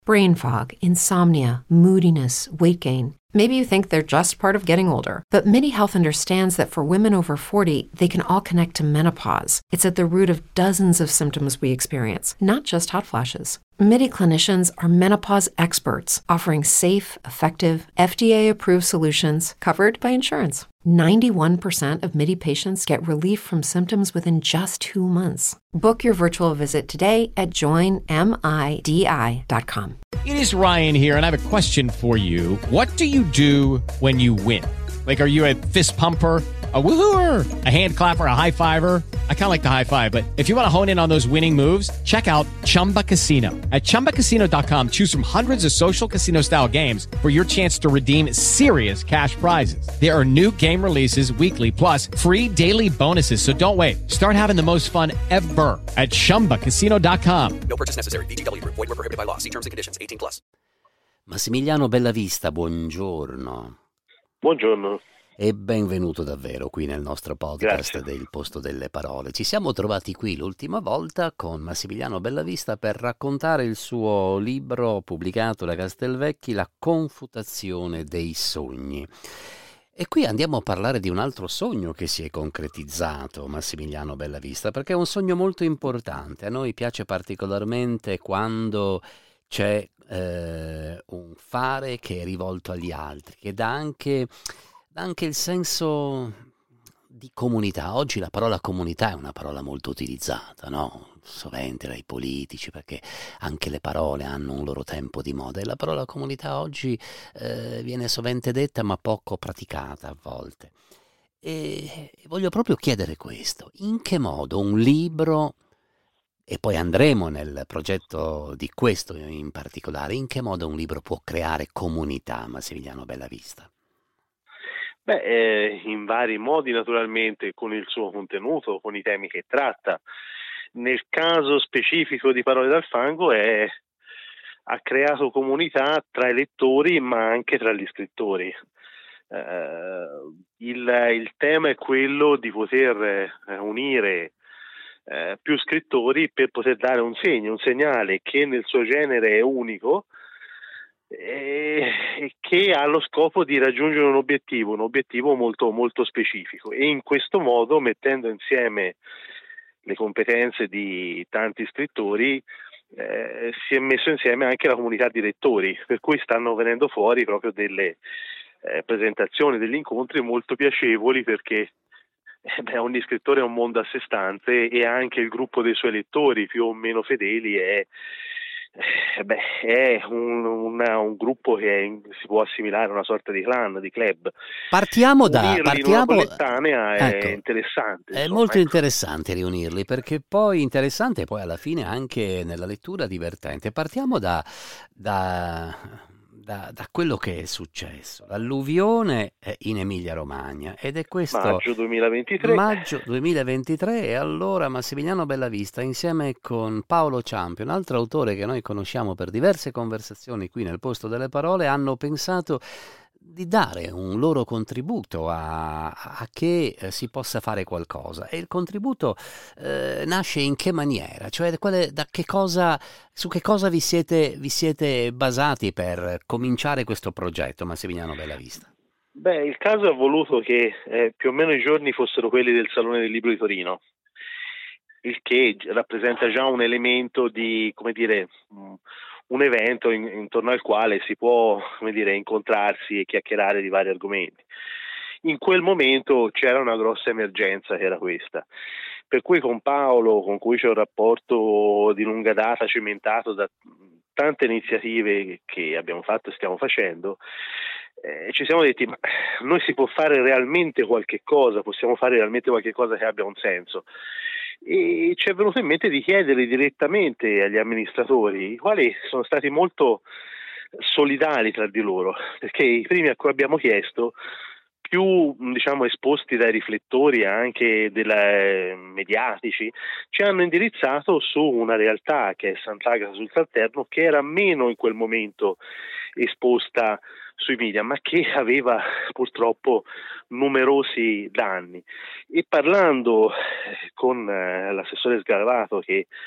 Brain fog, insomnia, moodiness, weight gain. Maybe you think they're just part of getting older, but MIDI Health understands that for women over 40, they can all connect to menopause. It's at the root of dozens of symptoms we experience, not just hot flashes. MIDI clinicians are menopause experts, offering safe, effective, FDA-approved solutions covered by insurance. 91% of MIDI patients get relief from symptoms within just 2 months. Book your virtual visit today at joinmidi.com. It is Ryan here, and I have a question for you. What do you do when you win? Like, are you a fist pumper, a woo-hooer, a hand clapper, a high fiver? I kind of like the high five, but if you want to hone in on those winning moves, check out Chumba Casino. At ChumbaCasino.com, choose from hundreds of social casino-style games for your chance to redeem serious cash prizes. There are new game releases weekly, plus free daily bonuses, so don't wait. Start having the most fun ever at ChumbaCasino.com. No purchase necessary. VGW. Void where prohibited by law. See terms and conditions. 18+. Massimiliano Bellavista, buongiorno. Buongiorno. E benvenuto davvero qui nel nostro podcast Grazie. del Posto delle Parole. Ci siamo trovati qui l'ultima volta con Massimiliano Bellavista per raccontare il suo libro pubblicato da Castelvecchi, La confutazione dei sogni. E qui andiamo a parlare di un altro sogno che si è concretizzato, Massimiliano Bellavista, perché è un sogno molto importante. A noi piace particolarmente quando c'è un fare che è rivolto agli altri, che dà anche il senso di comunità. Oggi la parola comunità è una parola molto utilizzata, no? Sovente dai politici, perché anche le parole hanno un loro tempo di moda, e la parola comunità oggi viene sovente detta ma poco praticata a volte. E voglio proprio chiedere questo: in che modo un libro, e poi andremo nel progetto di questo in particolare, in che modo un libro può creare comunità, Massimiliano Bellavista? In vari modi naturalmente, con il suo contenuto, con i temi che tratta. Nel caso specifico di Parole dal Fango ha creato comunità tra i lettori ma anche tra gli scrittori. Il tema è quello di poter unire più scrittori per poter dare un segnale che nel suo genere è unico e che ha lo scopo di raggiungere un obiettivo molto, molto specifico, e in questo modo, mettendo insieme le competenze di tanti scrittori, si è messo insieme anche la comunità di lettori, per cui stanno venendo fuori proprio delle presentazioni, degli incontri molto piacevoli, perché ogni scrittore è un mondo a sé stante, e anche il gruppo dei suoi lettori più o meno fedeli è un gruppo che si può assimilare a una sorta di clan, di club. Partiamo in una colettanea ecco, è interessante. È molto interessante riunirli, perché poi interessante e poi alla fine anche nella lettura divertente. Partiamo da quello che è successo, l'alluvione in Emilia-Romagna, ed è questo Maggio 2023. E allora Massimiliano Bellavista, insieme con Paolo Ciampi, un altro autore che noi conosciamo per diverse conversazioni qui nel Posto delle Parole, hanno pensato di dare un loro contributo a che si possa fare qualcosa. E il contributo nasce in che maniera? Cioè su che cosa vi siete basati per cominciare questo progetto, Massimiliano Bellavista? Il caso ha voluto che più o meno i giorni fossero quelli del Salone del Libro di Torino, il che rappresenta già un elemento di, come dire, un evento intorno al quale si può, come dire, incontrarsi e chiacchierare di vari argomenti. In quel momento c'era una grossa emergenza, che era questa, per cui con Paolo, con cui c'è un rapporto di lunga data cimentato da tante iniziative che abbiamo fatto e stiamo facendo, ci siamo detti: ma noi si può fare realmente qualche cosa, possiamo fare realmente qualche cosa che abbia un senso. E ci è venuto in mente di chiedere direttamente agli amministratori, i quali sono stati molto solidali tra di loro, perché i primi a cui abbiamo chiesto, più esposti dai riflettori anche mediatici, ci hanno indirizzato su una realtà che è Sant'Agata sul Salterno, che era meno in quel momento esposta sui media, ma che aveva purtroppo numerosi danni. E parlando con l'assessore Sgaravato, che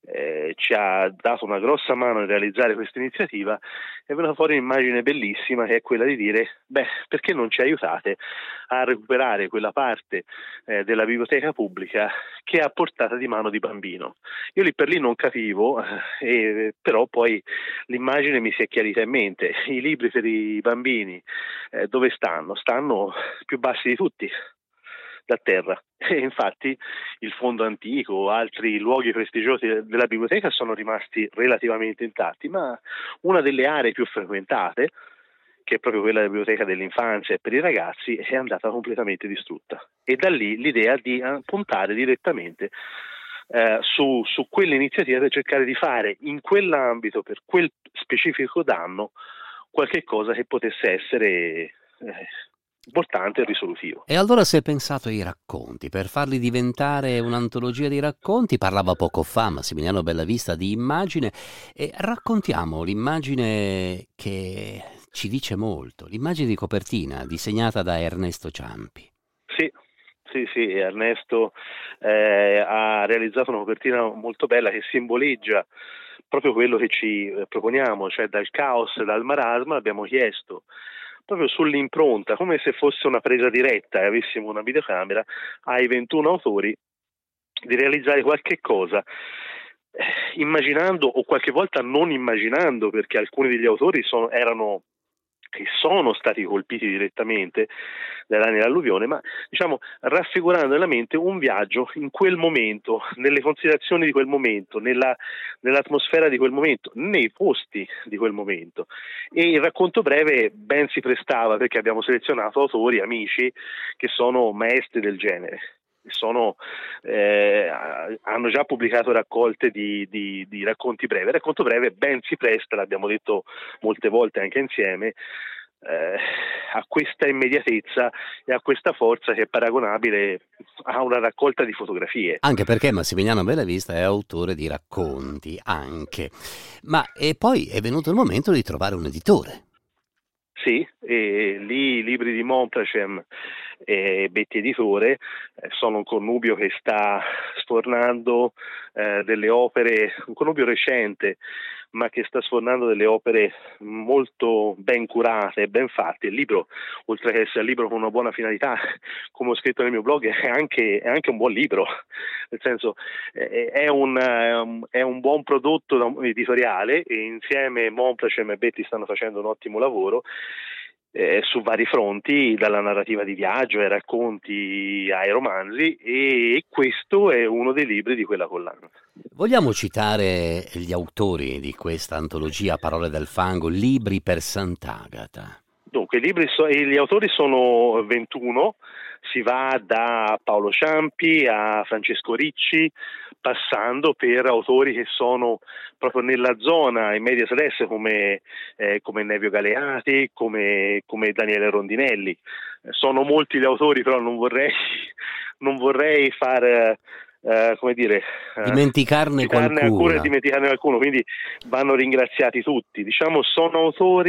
ci ha dato una grossa mano nel realizzare questa iniziativa, è venuta fuori un'immagine bellissima, che è quella di dire: perché non ci aiutate a recuperare quella parte della biblioteca pubblica che è a portata di mano di bambino. Io lì per lì non capivo, però poi l'immagine mi si è chiarita in mente. I libri per i bambini dove stanno? Stanno più bassi di tutti, da terra, e infatti il fondo antico o altri luoghi prestigiosi della biblioteca sono rimasti relativamente intatti, ma una delle aree più frequentate, che è proprio quella della biblioteca dell'infanzia e per i ragazzi, è andata completamente distrutta, e da lì l'idea di puntare direttamente su quell'iniziativa per cercare di fare in quell'ambito, per quel specifico danno, qualche cosa che potesse essere importante e risolutivo. E allora si è pensato ai racconti, per farli diventare un'antologia di racconti. Parlava poco fa Massimiliano Bellavista di immagine, e raccontiamo l'immagine che ci dice molto, l'immagine di copertina disegnata da Ernesto Ciampi. Sì, Ernesto ha realizzato una copertina molto bella che simboleggia proprio quello che ci proponiamo, cioè dal caos, dal marasma. Abbiamo chiesto proprio sull'impronta, come se fosse una presa diretta e avessimo una videocamera, ai 21 autori di realizzare qualche cosa, immaginando o qualche volta non immaginando, perché alcuni degli autori sono stati colpiti direttamente dai danni dell'alluvione, ma diciamo raffigurando nella mente un viaggio in quel momento, nelle considerazioni di quel momento, nell'atmosfera di quel momento, nei posti di quel momento. E il racconto breve ben si prestava, perché abbiamo selezionato autori, amici, che sono maestri del genere. Hanno già pubblicato raccolte di racconti brevi. Il racconto breve ben si presta, l'abbiamo detto molte volte anche insieme, a questa immediatezza e a questa forza che è paragonabile a una raccolta di fotografie. Anche perché Massimiliano Bellavista è autore di racconti anche, e poi è venuto il momento di trovare un editore. Sì, e lì i libri di Montrachem e Betti Editore sono un connubio che sta sfornando delle opere, un connubio recente, ma che sta sfornando delle opere molto ben curate e ben fatte. Il libro, oltre che essere un libro con una buona finalità, come ho scritto nel mio blog, è anche un buon libro, nel senso è un buon prodotto editoriale, e insieme Montrachem e Betti stanno facendo un ottimo lavoro su vari fronti, dalla narrativa di viaggio ai racconti ai romanzi, e questo è uno dei libri di quella collana. Vogliamo citare gli autori di questa antologia Parole del fango, Libri per Sant'Agata? Dunque, gli autori sono 21, si va da Paolo Ciampi a Francesco Ricci, passando per autori che sono proprio nella zona in medias res, come Nevio Galeati, come Daniele Rondinelli. Sono molti gli autori, però non vorrei far dimenticarne qualcuno. Dimenticarne qualcuno, quindi vanno ringraziati tutti. Diciamo, sono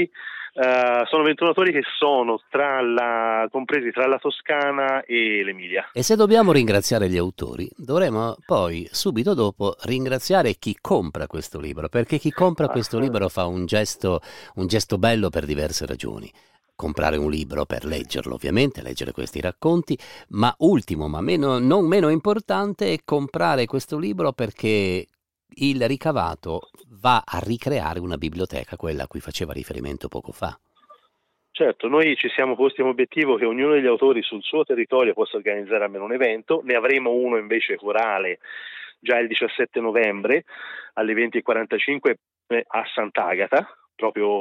21 autori che sono compresi tra la Toscana e l'Emilia. E se dobbiamo ringraziare gli autori, dovremo poi subito dopo ringraziare chi compra questo libro, perché chi compra questo libro fa un gesto bello per diverse ragioni. Comprare un libro per leggerlo, ovviamente, leggere questi racconti, ma ultimo, ma non meno importante, è comprare questo libro perché il ricavato va a ricreare una biblioteca, quella a cui faceva riferimento poco fa. Certo, noi ci siamo posti come obiettivo che ognuno degli autori sul suo territorio possa organizzare almeno un evento. Ne avremo uno invece corale già il 17 novembre alle 20:45 a Sant'Agata, proprio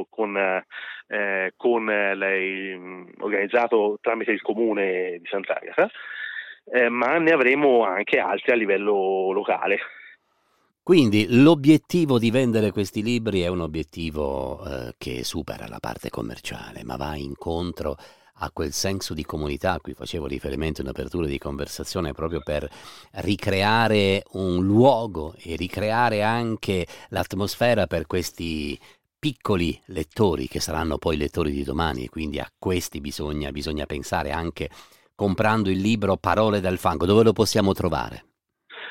organizzato tramite il comune di Sant'Agata, ma ne avremo anche altri a livello locale. Quindi l'obiettivo di vendere questi libri è un obiettivo che supera la parte commerciale, ma va incontro a quel senso di comunità a cui facevo riferimento in apertura di conversazione, proprio per ricreare un luogo e ricreare anche l'atmosfera per questi piccoli lettori che saranno poi lettori di domani, e quindi a questi bisogna pensare anche comprando il libro Parole del fango. Dove lo possiamo trovare?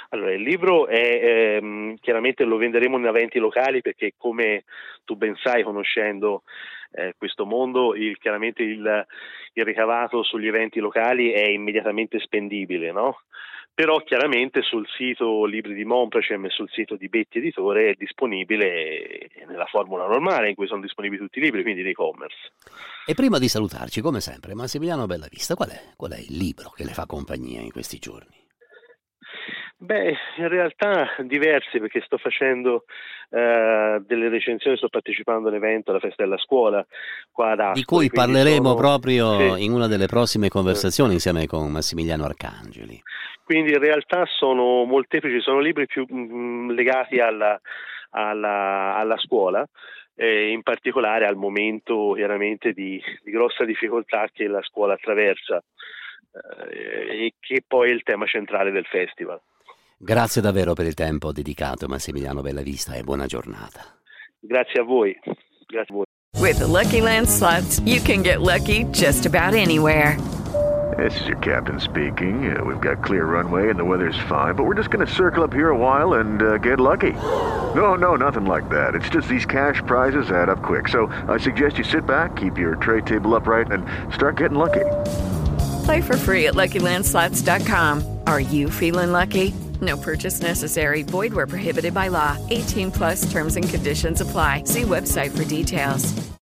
Allora, il libro è chiaramente lo venderemo in eventi locali perché, come tu ben sai, conoscendo questo mondo, chiaramente il ricavato sugli eventi locali è immediatamente spendibile, no? Però chiaramente sul sito Libri di Monpracem e sul sito di Betti Editore è disponibile nella formula normale in cui sono disponibili tutti i libri, quindi in e-commerce. E prima di salutarci, come sempre, Massimiliano Bellavista, qual è il libro che le fa compagnia in questi giorni? Beh, in realtà diversi, perché sto facendo delle recensioni, sto partecipando all'evento alla Festa della Scuola qua ad Ascoli, di cui parleremo proprio sì, in una delle prossime conversazioni insieme con Massimiliano Arcangeli. Quindi in realtà sono molteplici, sono libri più legati alla scuola, in particolare al momento chiaramente di grossa difficoltà che la scuola attraversa e che poi è il tema centrale del festival. Grazie davvero per il tempo dedicato, Massimiliano Bellavista, e buona giornata. Grazie a voi. Grazie a voi. With the Lucky Land Slots, you can get lucky just about anywhere. This is your captain speaking. We've got clear runway and the weather's fine, but we're just going to circle up here a while and get lucky. No, nothing like that. It's just these cash prizes add up quick. So I suggest you sit back, keep your tray table upright, and start getting lucky. Play for free at LuckyLandSlots.com. Are you feeling lucky? No purchase necessary. Void where prohibited by law. 18+ terms and conditions apply. See website for details.